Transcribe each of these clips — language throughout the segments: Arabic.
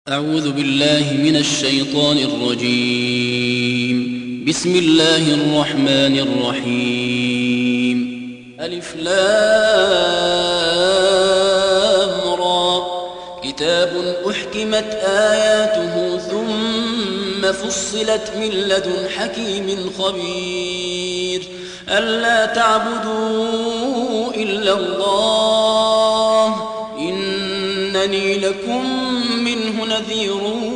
أعوذ بالله من الشيطان الرجيم. بسم الله الرحمن الرحيم. ألف لام را. كتاب أحكمت آياته ثم فصلت من لدن حكيم خبير. ألا تعبدوا إلا الله إنني لكم منه نذير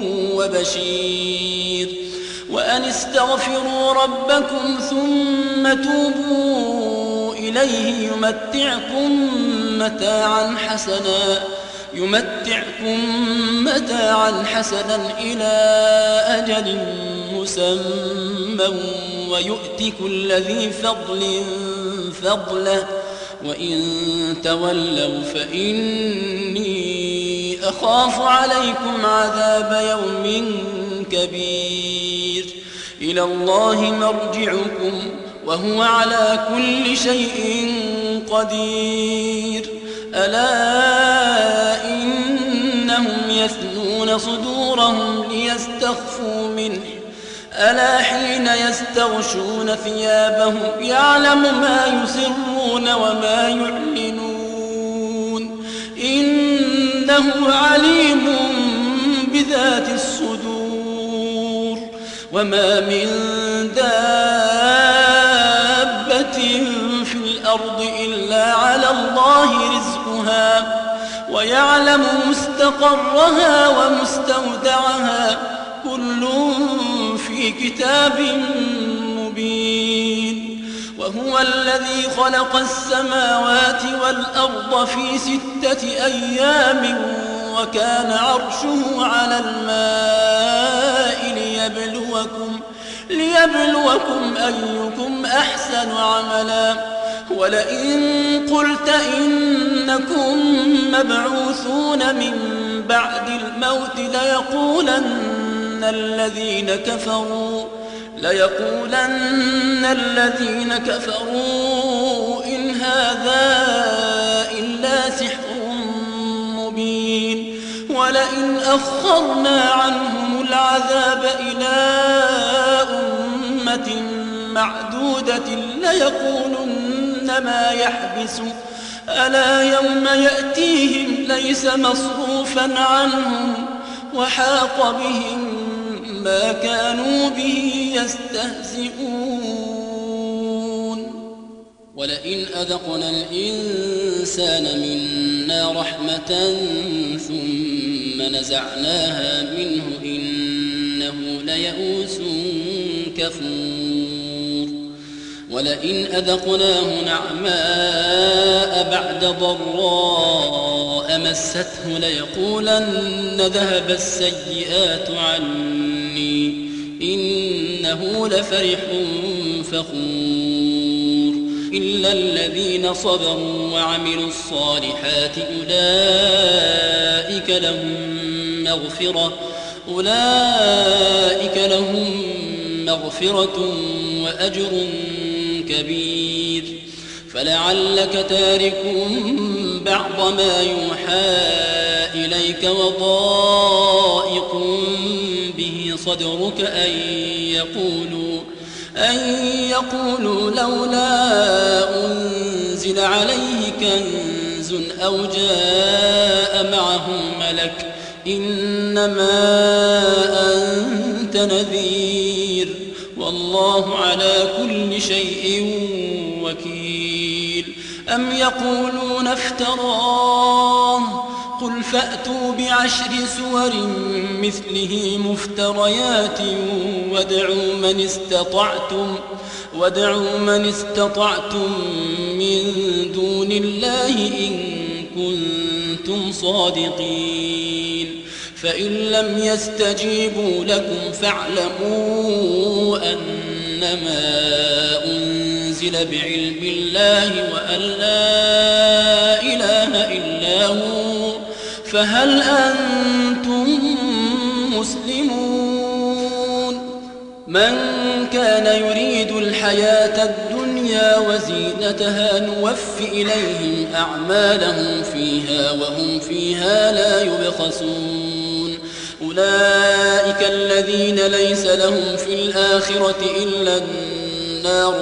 وبشير. وأن استغفروا ربكم ثم توبوا إليه يمتعكم متاعا حسنا إلى أجل مسمى ويؤت كل ذي فضل فضله وإن تولوا فإني أخاف عليكم عذاب يوم كبير. إلى الله مرجعكم وهو على كل شيء قدير. ألا إنهم يثنون صدورهم ليستخفوا منه ألا حين يستغشون ثيابهم يعلم ما يسرون وما يعلنون إنه عليم بذات الصدور. وما من دابة في الأرض إلا على الله رزقها ويعلم مستقرها ومستودعها كل في كتاب مبين. وهو الذي خلق السماوات والأرض في 6 أيام وكان عرشه على الماء ليبلوكم أيكم أحسن عملا. ولئن قلت إنكم مبعوثون من بعد الموت ليقولن الذين كفروا إن هذا إلا سحر مبين. ولئن أخرنا عنهم العذاب إلى أمة معدودة ليقولن ما يحبس ألا يوم يأتيهم ليس مصروفا عنهم وحاق بهم ما كانوا به يستهزئون. ولئن أذقنا الإنسان منا رحمة ثم نزعناها منه إنه ليئوس كفور. ولئن أذقناه نعماء بعد ضراء مسته ليقولن ذهب السيئات عني إنه لفرح فخور. إلا الذين صبروا وعملوا الصالحات أولئك لهم مغفرة وأجر كبير. فلعلك تارك بعض ما يوحى إليك وضائق به صدرك أن يقولوا لولا أنزل عليه كنز أو جاء معه ملك إنما أنت نذير والله على كل شيء وكيل. أم يقولون افتراه قل فأتوا ب10 سور مثله مفتريات وادعوا من استطعتم من دون الله إن كنتم صادقين. فإن لم يستجيبوا لكم فاعلموا أنما أنزل بعلم الله وأن لا إله إلا هو فهل أنتم مسلمون. من كان يريد الحياة الدنيا وزينتها نوف إليهم أعمالهم فيها وهم فيها لا يبخسون أولئك الذين ليس لهم في الآخرة إلا النار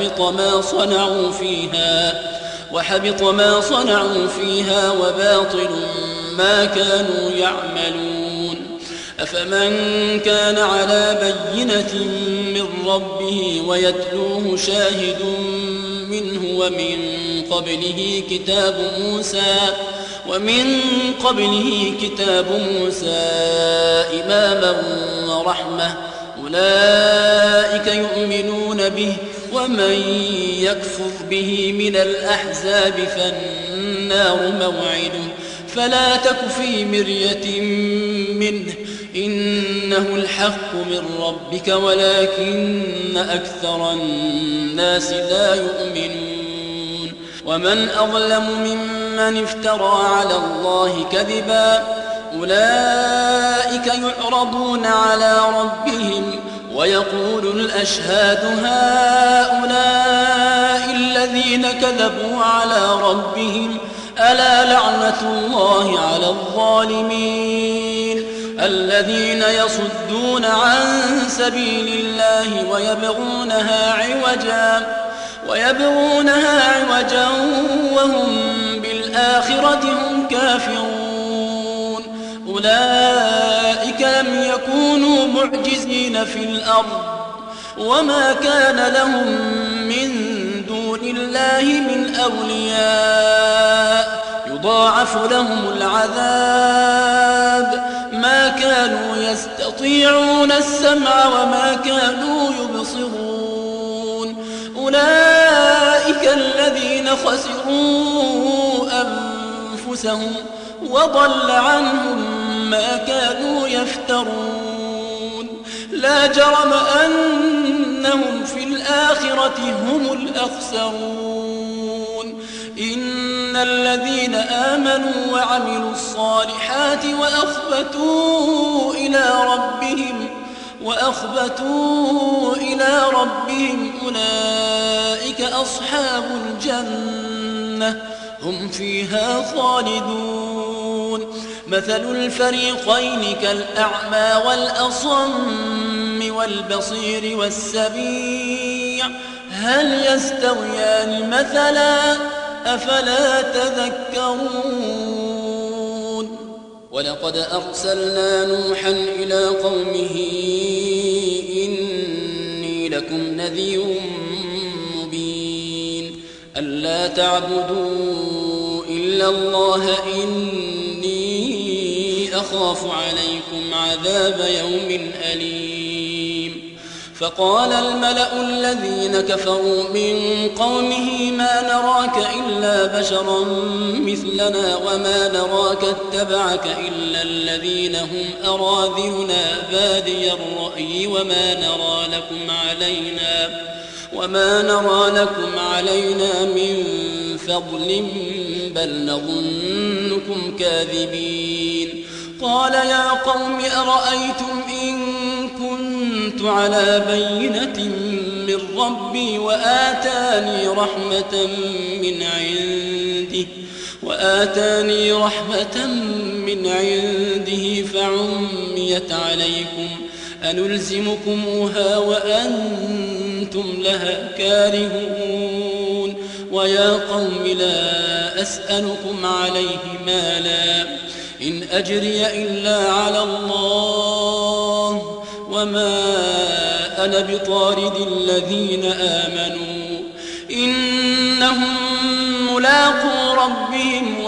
وحبط ما صنعوا فيها وباطل ما كانوا يعملون. أفمن كان على بينة من ربه ويتلوه شاهد منه ومن قبله كتاب موسى إماما ورحمة أولئك يؤمنون به ومن يكفر به من الأحزاب فالنار موعده فلا تك في مرية منه إنه الحق من ربك ولكن أكثر الناس لا يؤمنون. ومن أظلم ممن افترى على الله كذبا أولئك يعرضون على ربهم ويقول الأشهاد هؤلاء الذين كذبوا على ربهم ألا لعنة الله على الظالمين الذين يصدون عن سبيل الله ويبغونها عوجا وهم بالآخرة هم كافرون. أولئك لم يكونوا معجزين في الأرض وما كان لهم من دون الله من أولياء يضاعف لهم العذاب ما كانوا يستطيعون السمع وما كانوا يبصرون. أولئك الذين خسروا أنفسهم وضل عنهم ما كانوا يفترون. لا جرم أنهم في الآخرة هم الأخسرون. إن الذين آمنوا وعملوا الصالحات وأخبتوا إلى ربهم أولئك أصحاب الجنة هم فيها خالدون. مثل الفريقين كالأعمى والأصم والبصير والسميع هل يستويان مثلا أفلا تذكرون. ولقد أرسلنا نوحا إلى قومه إني لكم نذير مبين ألا تعبدوا إلا الله إني أخاف عليكم عذاب يوم أليم. فقال الملأ الذين كفروا من قومه ما نراك إلا بشرا مثلنا وما نراك اتبعك إلا الذين هم أراذلنا بادي الرأي وما نرى لكم علينا من فضل بل نظنكم كاذبين. قال يا قوم أرأيتم إن كنت على بينة من ربي وآتاني رحمة من عنده فعميت عليكم أنلزمكموها وأنتم لها كارهون. ويا قوم لا أسألكم عليه مالا إن أجري إلا على الله وما أنا بطارد الذين آمنوا إنهم ملاقو ربهم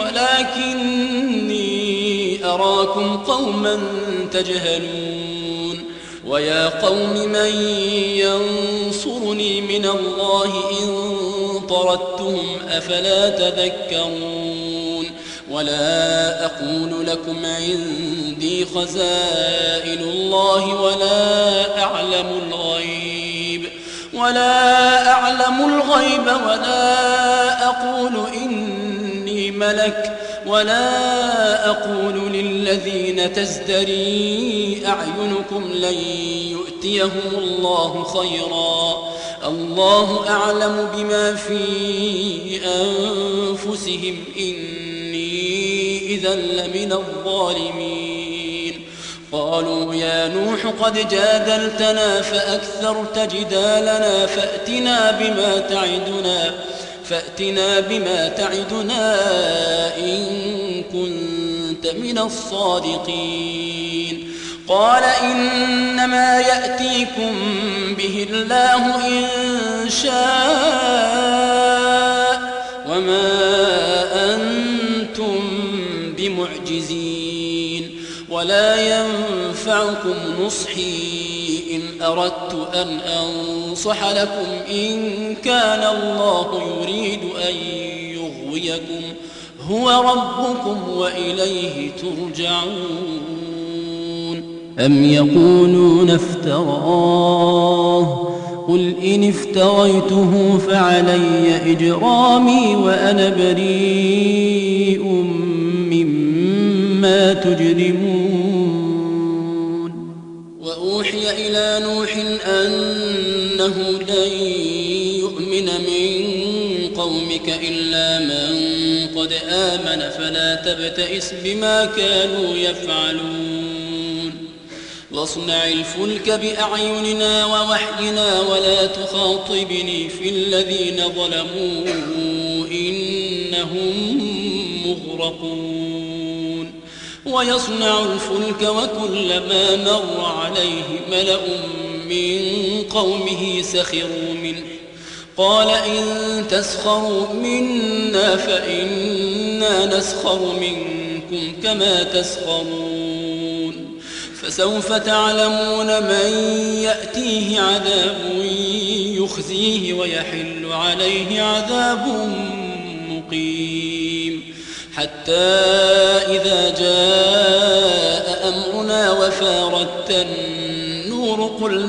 ولكني أراكم قوما تجهلون. ويا قوم من ينصرني من الله إن طردتهم أفلا تذكرون. ولا أقول لكم عندي خزائن الله ولا أعلم الغيب ولا أقول إني ملك ولا أقول للذين تزدري أعينكم لن يؤتيهم الله خيرا الله أعلم بما في أنفسهم إني إذا لمن الظالمين. قالوا يا نوح قد جادلتنا فأكثرت جدالنا فأتنا بما تعدنا إن كنت من الصادقين. قال إنما يأتيكم به الله إن شاء وما أنتم بمعجزين ولا ينفعكم نصحي إن أردت أن أنصح لكم إن كان الله يريد أن يغويكم هو ربكم وإليه ترجعون. أم يقولون افتراه قل إن افتريته فعلي إجرامي وأنا بريء مما تجرمون. وأوحي إلى نوح أنه لن يؤمن من قومك إلا من قد آمن فلا تبتئس بما كانوا يفعلون. واصنع الفلك بأعيننا ووحينا ولا تخاطبني في الذين ظلموا إنهم مغرقون. ويصنع الفلك وكلما مر عليه ملأ من قومه سخروا منه قال إن تسخروا منا فإنا نسخر منكم كما تسخرون. فسوف تعلمون من يأتيه عذاب يخزيه ويحل عليه عذاب مقيم. حتى إذا جاء أمرنا وفارت النور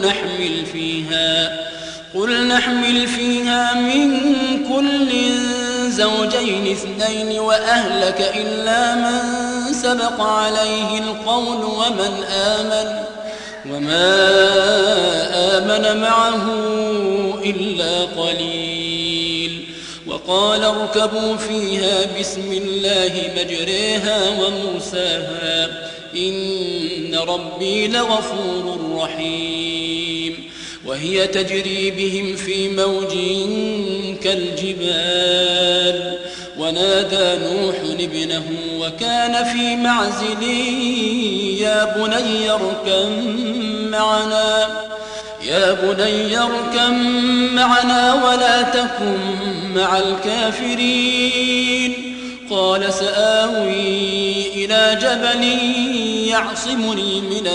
قل نحمل فيها من كل زوجين اثنين وأهلك إلا من سبق عليه القول وما آمن معه إلا قليل. وقال اركبوا فيها بسم الله مجريها ومرساها إن ربي لغفور رحيم. وهي تجري بهم في موج كالجبال ونادى نوح ابنه وكان في معزل يا بني اركب معنا ولا تكن مع الكافرين. قال سآوي إلى جبل يعصمني من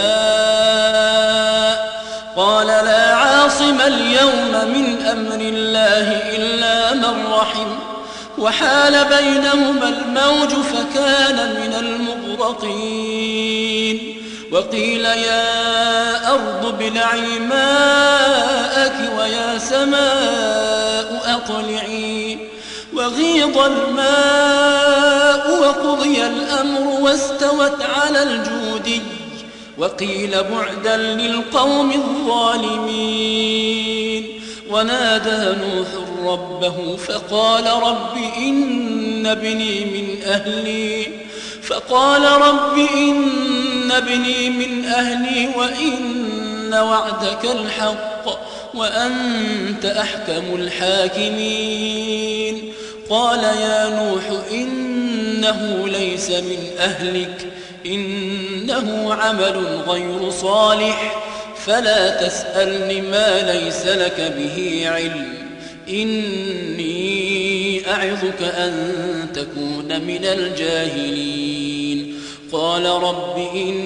الماء قال لا عاصم اليوم من أمر الله إلا من رحم وحال بينهما الموج فكان من المغرقين. وقيل يا أرض ابلعي ماءك ويا سماء أقلعي وغيض الماء وقضي الأمر واستوت على الجودي وقيل بعدا للقوم الظالمين. ونادى نوح ربه فقال رب إن ابني من أهلي وإن وعدك الحق وأنت أحكم الحاكمين. قال يا نوح إنه ليس من أهلك إنه عمل غير صالح فلا تسألني ما ليس لك به علم إني أعظك أن تكون من الجاهلين. قال رب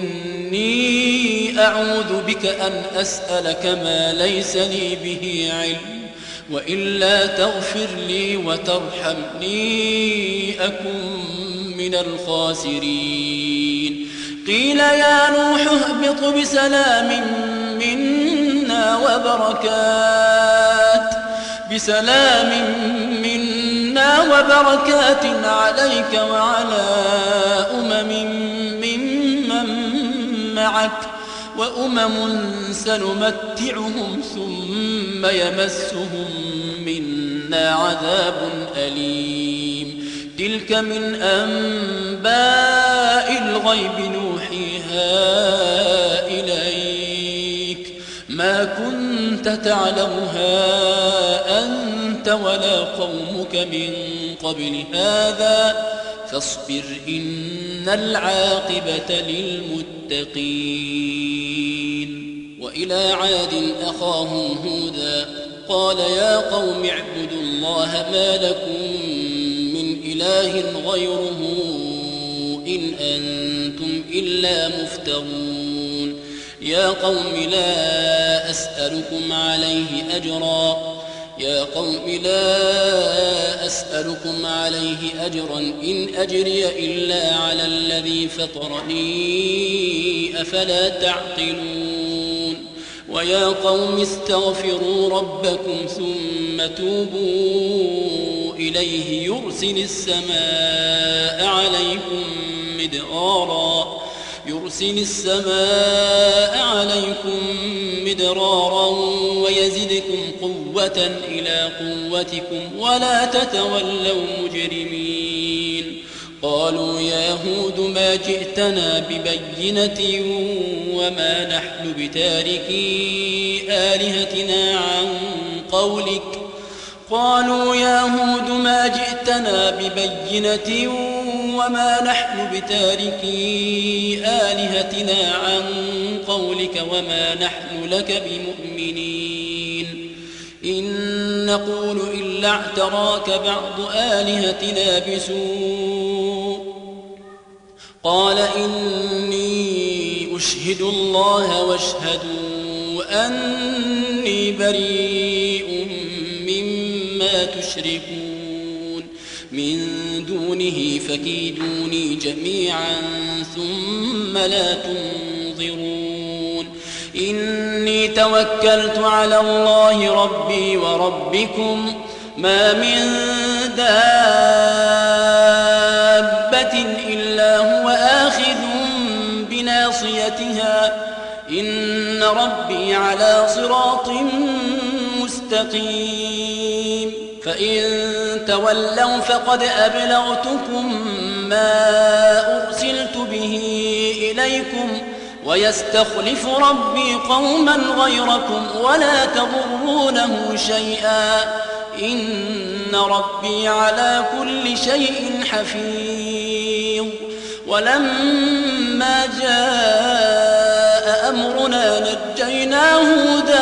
إني أعوذ بك أن أسألك ما ليس لي به علم وإلا تغفر لي وترحمني أكن من الخاسرين. قيل يا نوح اهبط بسلام منا وبركات عليك وعلى ممن معك وأمم سنمتعهم ثم يمسهم منا عذاب أليم. تلك من أنباء الغيب نوحيها إليك ما كنت تعلمها أنت ولا قومك من قبل هذا فاصبر إن العاقبة للمتقين. وإلى عاد أخاهم هودا قال يا قوم اعبدوا الله ما لكم من إله غيره إن أنتم إلا مفترون. يا قوم لا أسألكم عليه أجرا إن أجري إلا على الذي فطرني أفلا تعقلون. ويا قوم استغفروا ربكم ثم توبوا إليه يرسل السماء عليكم مدرارا ويزدكم قوة إلى قوتكم ولا تتولوا مجرمين. قالوا يا هود ما جئتنا ببينة وما نحن بتاركي آلهتنا عن قولك وما نحن لك بمؤمنين إن نقول إلا اعتراك بعض آلهتنا بسوء. قال إني أشهد الله واشهدوا أني بريء مما تشركون من دونه فكيدوني جميعا ثم لا تنظرون. إني توكلت على الله ربي وربكم ما من دابة إلا هو آخذ بناصيتها إن ربي على صراط مستقيم. فإن تولوا فقد أبلغتكم ما أرسلت به إليكم ويستخلف ربي قوما غيركم ولا تضرونه شيئا إن ربي على كل شيء حفيظ. ولما جاء أمرنا نجينا هودا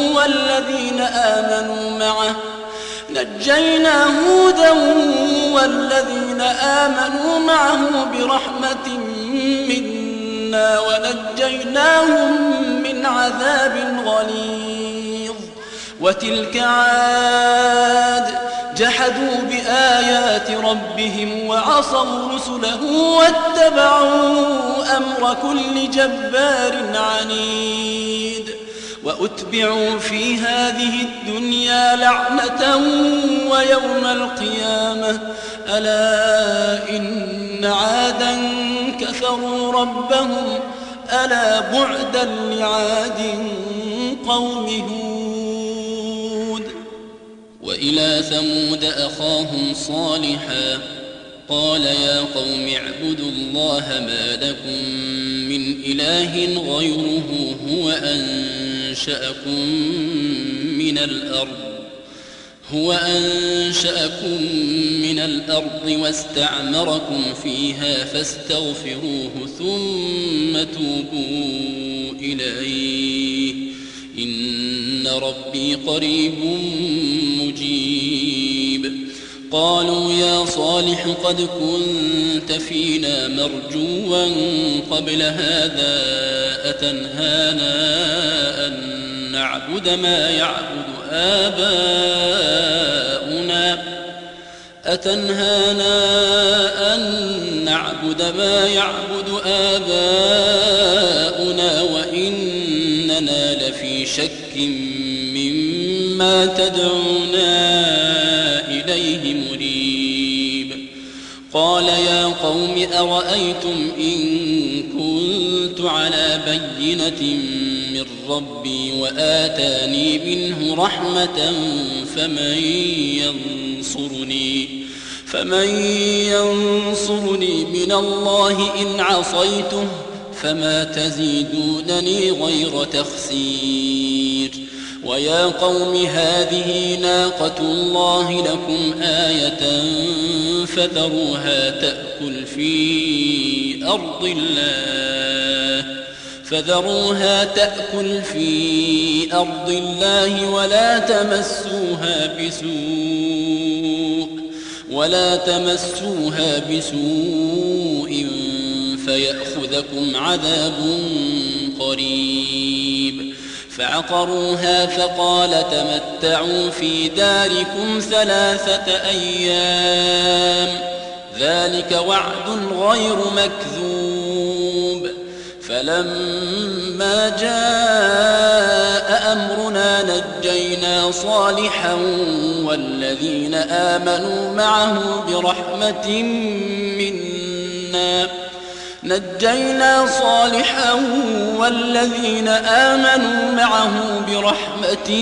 والذين آمنوا معه برحمة منا ونجيناهم من عذاب غليظ. وتلك عاد جحدوا بآيات ربهم وعصوا رسله واتبعوا أمر كل جبار عنيد. وأتبعوا في هذه الدنيا لعنة ويوم القيامة ألا إن عادا كفروا ربهم ألا بعدا لعاد قوم هود. وإلى ثمود أخاهم صالحا قال يا قوم اعبدوا الله ما لكم من إله غيره هو أنشأكم من الأرض واستعمركم فيها فاستغفروه ثم توبوا إليه إن ربي قريب مجيب. قالوا يا صالح قد كنت فينا مرجوا قبل هذا أتنهانا أن نعبد ما يعبد آباؤنا وإننا لفي شك مما تدعونا إليه مريب. قال يا قوم أرأيتم إن كنت على بينة من ربي وآتاني منه رحمة فمن ينصرني من الله إن عصيته فما تزيدونني غير تخسير. ويا قوم هذه ناقة الله لكم آية فذروها تأكل في أرض الله ولا تمسوها بسوء فيأخذكم عذاب قريب. فعقروها فقال تمتعوا في داركم 3 أيام ذلك وعد غير مكذوب. فلما جاء أمرنا نجينا صالحا والذين آمنوا معه برحمة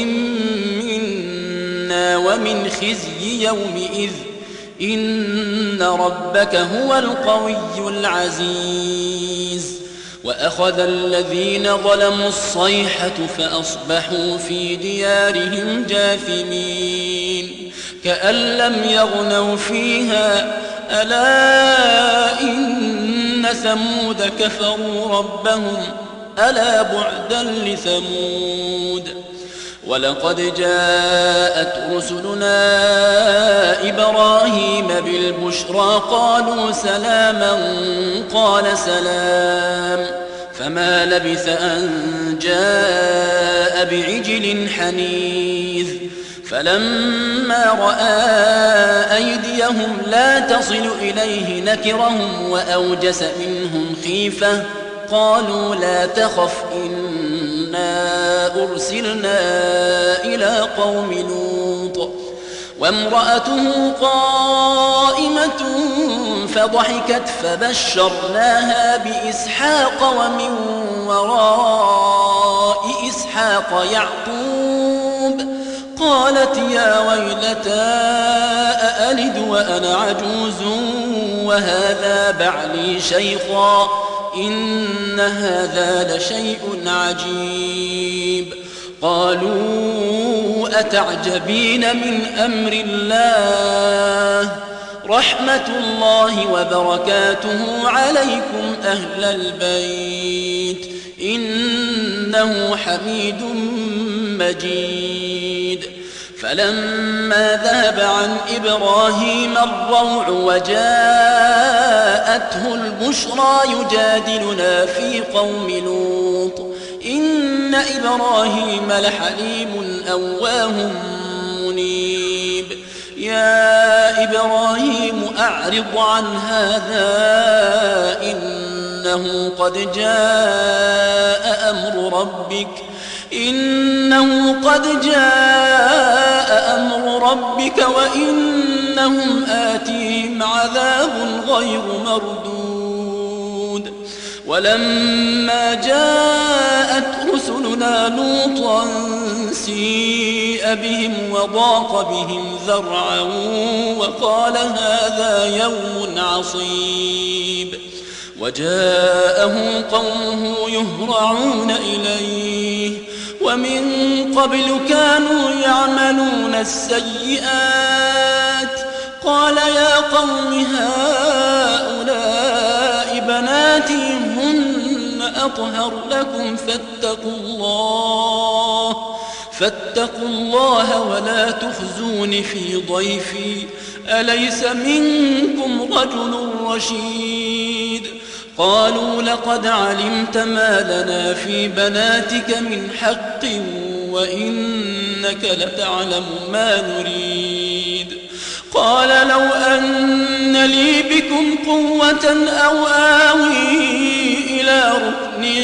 منا ومن خزي يومئذ إن ربك هو القوي العزيز. وأخذ الذين ظلموا الصيحة فأصبحوا في ديارهم جاثمين كأن لم يغنوا فيها ألا إن ثمود كفروا ربهم ألا بعدا لثمود. ولقد جاءت رسلنا إبراهيم بالبشرى قالوا سلاما قال سلام فما لبث أن جاء بعجل حنيذ. فلما رأى أيديهم لا تصل إليه نكرهم وأوجس منهم خيفة قالوا لا تخف إنا أرسلنا إلى قوم لوط وامرأته قائمة فضحكت فبشرناها بإسحاق ومن وراء إسحاق يعقوب قالت يا ويلتى أألد وأنا عجوز وهذا بعلي شيخا إن هذا لشيء عجيب. قالوا أتعجبين من أمر الله رحمة الله وبركاته عليكم أهل البيت إنه حميد مجيد. فلما ذهب عن إبراهيم الروع وجاءته البشرى يجادلنا في قوم لوط إن إبراهيم لحليم أواه منيب. يا إبراهيم أعرض عن هذا إنه قد جاء أمر ربك وإنهم آتيهم عذاب غير مردود. ولما جاءت رسلنا لوطا سيء بهم وضاق بهم ذرعا وقال هذا يوم عصيب. وجاءه قومه يهرعون إليه ومن قبل كانوا يعملون السيئات قال يا قوم هؤلاء بناتي هن أطهر لكم فاتقوا الله ولا تخزون في ضيفي أليس منكم رجل رشيد. قالوا لقد علمت ما لنا في بناتك من حق وإنك لتعلم ما نريد. قال لو أن لي بكم قوة أو آوي إلى ركن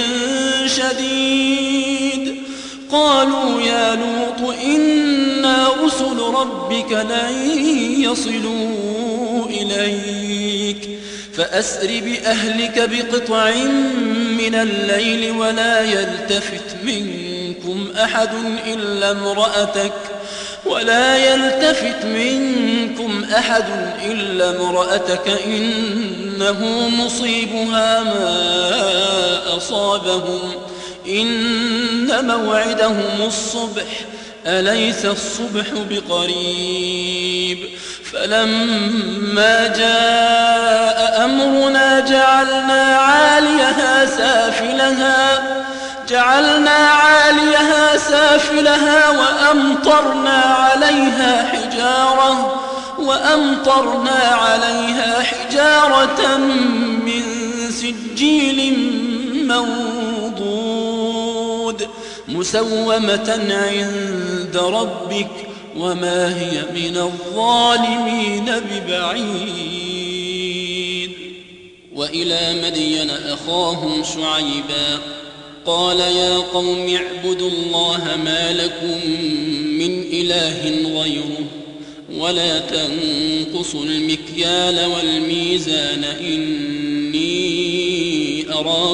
شديد. قالوا يا لوط إنا رسل ربك لن يصلوا إليك فأسر بأهلك بقطع من الليل ولا يلتفت منكم أحد إلا امرأتك ولا يلتفت منكم أحد إلا امرأتك إنه مصيبها ما أصابهم إن موعدهم الصبح أليس الصبح بقريب فلما جاء أمرنا جعلنا عاليها سافلها وأمطرنا عليها حجارة من سجيل منضود مسومة عند ربك وما هي من الظالمين ببعيد. وإلى مدين أخاهم شعيبا قال يا قوم اعبدوا الله ما لكم من إله غيره ولا تنقصوا المكيال والميزان إني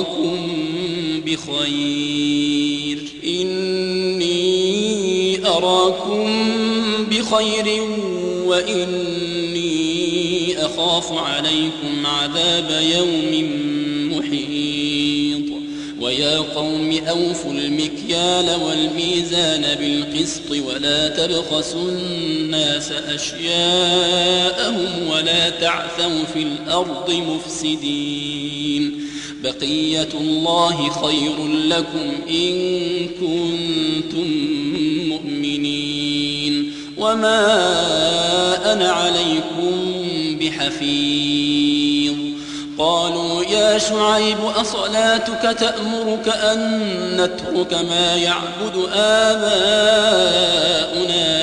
أراكم بخير وإني أخاف عليكم عذاب يوم محيط. ويا قوم أوفوا المكيال والميزان بالقسط ولا تبخسوا الناس أشياءهم ولا تعثوا في الأرض مفسدين بقية الله خير لكم إن كنتم مؤمنين وما أنا عليكم بحفيظ. قالوا يا شعيب أصلاتك تأمرك أن نترك ما يعبد آباؤنا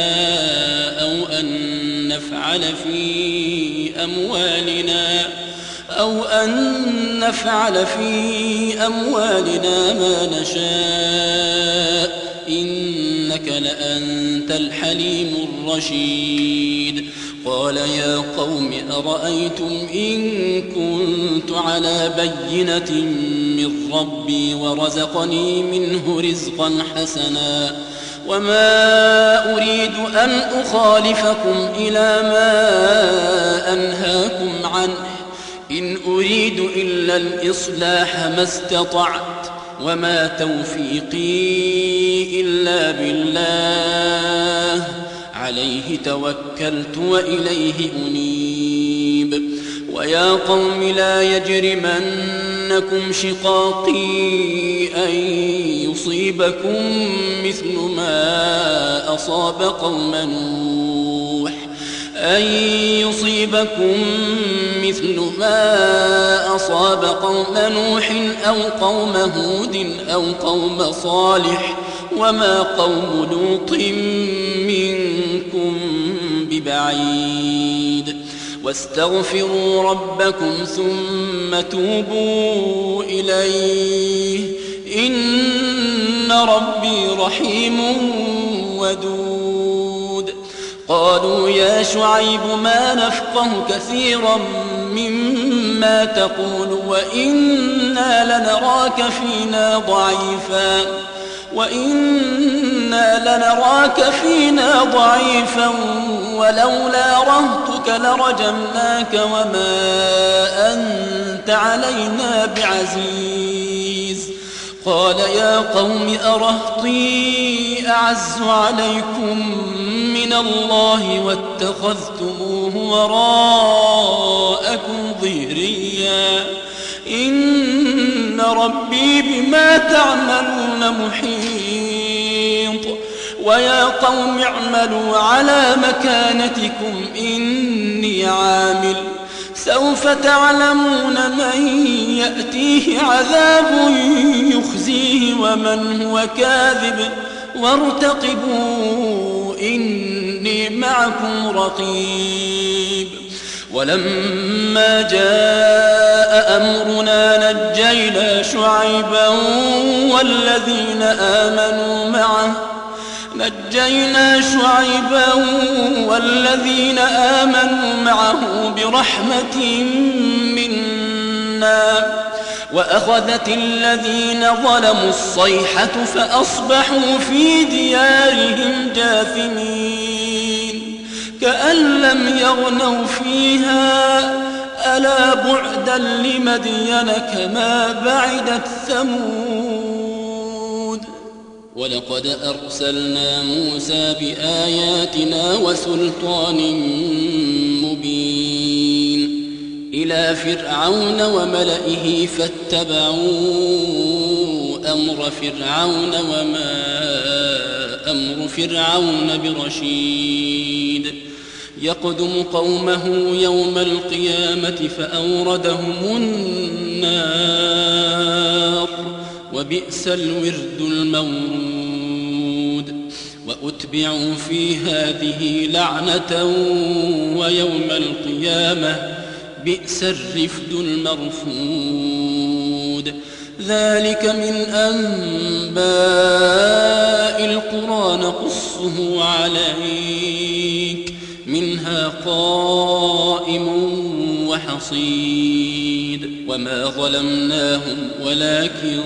أو أن نفعل في أموالنا ما نشاء إنك لأنت الحليم الرشيد. قال يا قوم أرأيتم إن كنت على بينة من ربي ورزقني منه رزقا حسنا وما أريد أن أخالفكم إلى ما أنهاكم عنه إن أريد إلا الإصلاح ما استطعت وما توفيقي إلا بالله عليه توكلت وإليه أنيب. ويا قوم لا يجرمنكم شقاقي أن يصيبكم مثل ما أصاب قوم نوح أو قوم هود أو قوم صالح وما قوم لوط منكم ببعيد. واستغفروا ربكم ثم توبوا إليه إن ربي رحيم ودود. قالوا يا شعيب ما نفقه كثيرا مما تقول وإنا لنراك فينا ضعيفا ولولا رهطك لرجمناك وما أنت علينا بعزيز. قال يا قوم أرهطي أعز عليكم من الله واتخذتموه وراءكم ظهريا إن ربي بما تعملون محيط. ويا قوم اعملوا على مكانتكم إني عامل سوف تعلمون من يأتيه عذاب يخزيه ومن هو كاذب وارتقبوا إني معكم رقيب. ولما جاء أمرنا نجينا شعيبا والذين آمنوا معه برحمة منا وأخذت الذين ظلموا الصيحة فأصبحوا في ديارهم جاثمين. كأن لم يغنوا فيها ألا بعدا لمدين كما بعدت ثمود ولقد أرسلنا موسى بآياتنا وسلطان مبين إلى فرعون وملئه فاتبعوا أمر فرعون وما أمر فرعون برشيد يقدم قومه يوم القيامة فأوردهم النار وبئس الورد المورود وأتبعوا في هذه لعنة ويوم القيامة بئس الرفد المرفود ذلك من أنباء القرى نقصه عليك منها قائم وحصيد وما ظلمناهم ولكن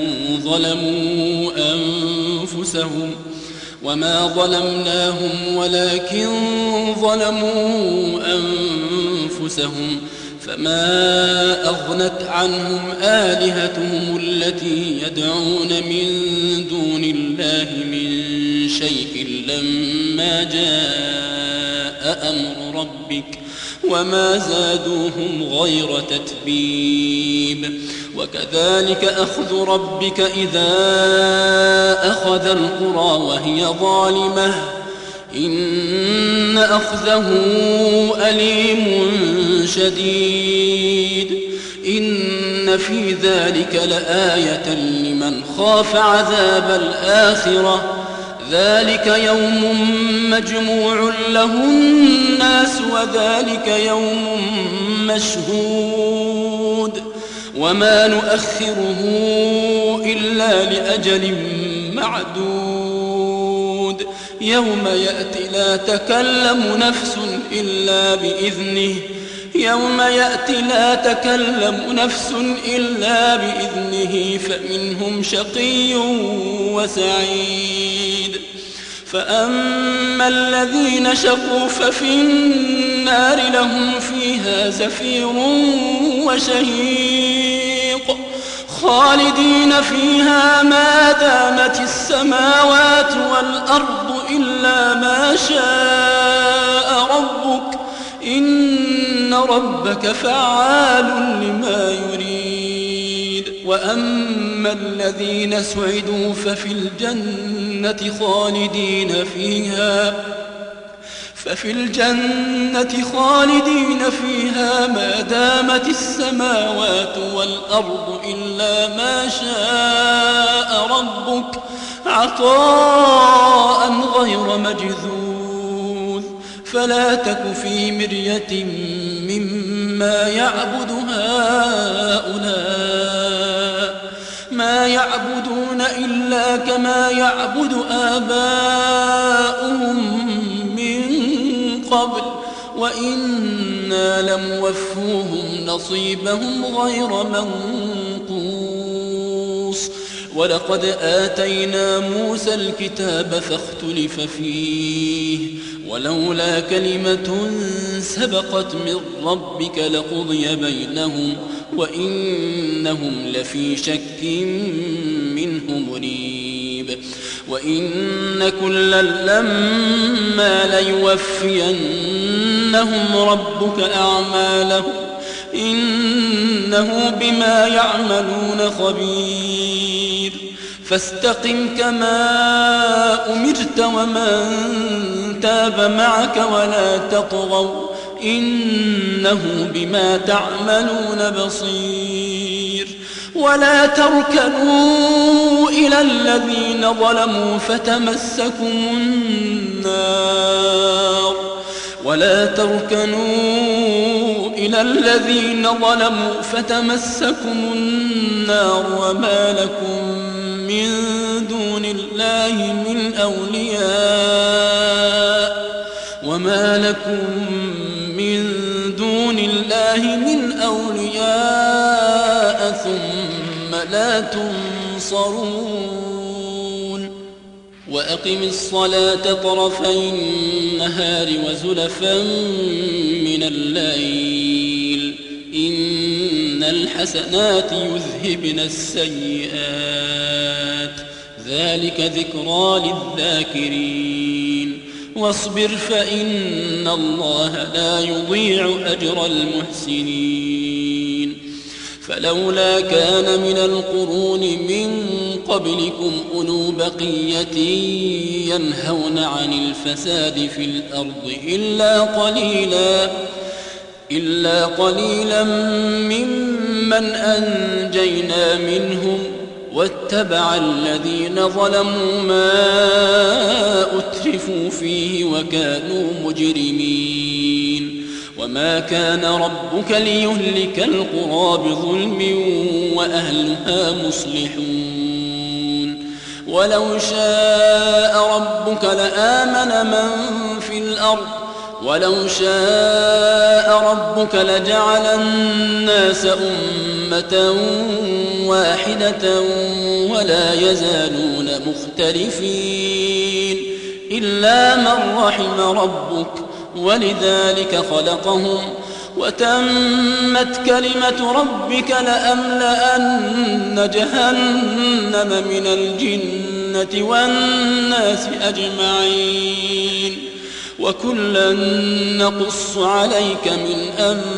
ظلموا أنفسهم فما أغنت عنهم آلهتهم التي يدعون من دون الله من شيء لما جاء أمر ربك وما زادوهم غير تتبيب وكذلك أخذ ربك إذا أخذ القرى وهي ظالمة إن أخذه أليم شديد إن في ذلك لآية لمن خاف عذاب الآخرة ذلك يوم مجموع له الناس وذلك يوم مشهود وما نؤخره إلا لأجل معدود يوم يأتي لا تكلم نفس إلا بإذنه فمنهم شقي وسعيد فأما الذين شقوا ففي النار لهم فيها زفير وشهيق خالدين فيها ما دامت السماوات والأرض إلا ما شاء ربك إن ربك فعال لما يريد وأما الذين سعدوا ففي الجنة خالدين فيها ما دامت السماوات والأرض إلا ما شاء ربك عطاء غير مجذوذ فلا تك في مرية مما يعبد هؤلاء ما يعبدون إلا كما يعبد آباؤهم من قبل وإنا لموفوهم نصيبهم غير منقوص ولقد آتينا موسى الكتاب فاختلف فيه ولولا كلمة سبقت من ربك لقضي بينهم وإنهم لفي شك منه مريب وإن كلا لما ليوفينهم ربك أعمالهم إنه بما يعملون خبير فاستقم كما أمرت ومن تاب معك ولا تطغوا إنه بما تعملون بصير ولا تركنوا إلى الذين ظلموا فتمسكم النار وما لكم من دون الله من أولياء ثم لا تنصرون وأقم الصلاة طرفي النهار وزلفا من الليل إن الحسنات يذهبن السيئات ذلك ذكرى للذاكرين واصبر فإن الله لا يضيع أجر المحسنين فلولا كان من القرون من قبلكم أولو بقية ينهون عن الفساد في الأرض إلا قليلا ممن أنجينا منهم واتبع الذين ظلموا ما أترفوا فيه وكانوا مجرمين وما كان ربك ليهلك القرى بظلم وأهلها مصلحون ولو شاء ربك لآمن من في الأرض ولو شاء ربك لجعل الناس أمة واحدة ولا يزالون مختلفين إلا من رحم ربك ولذلك خلقهم وتمت كلمة ربك لأملأن جهنم من الجنة والناس أجمعين وكلا نقص عليك من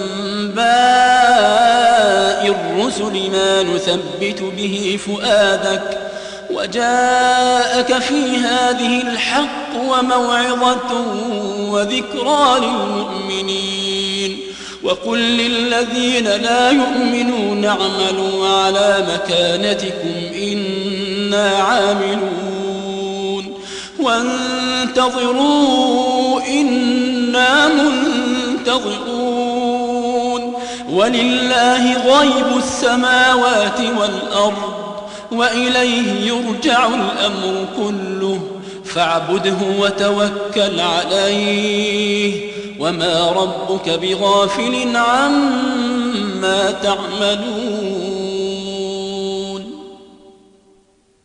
أنباء الرسل ما نثبت به فؤادك وجاءك في هذه الحق وموعظة وذكرى للمؤمنين وقل للذين لا يؤمنون اعملوا على مكانتكم إنا عاملون وانتظروا إنا منتظرون ولله غيب السماوات والأرض وإليه يرجع الأمر كله فاعبده وتوكل عليه وما ربك بغافل عما تعملون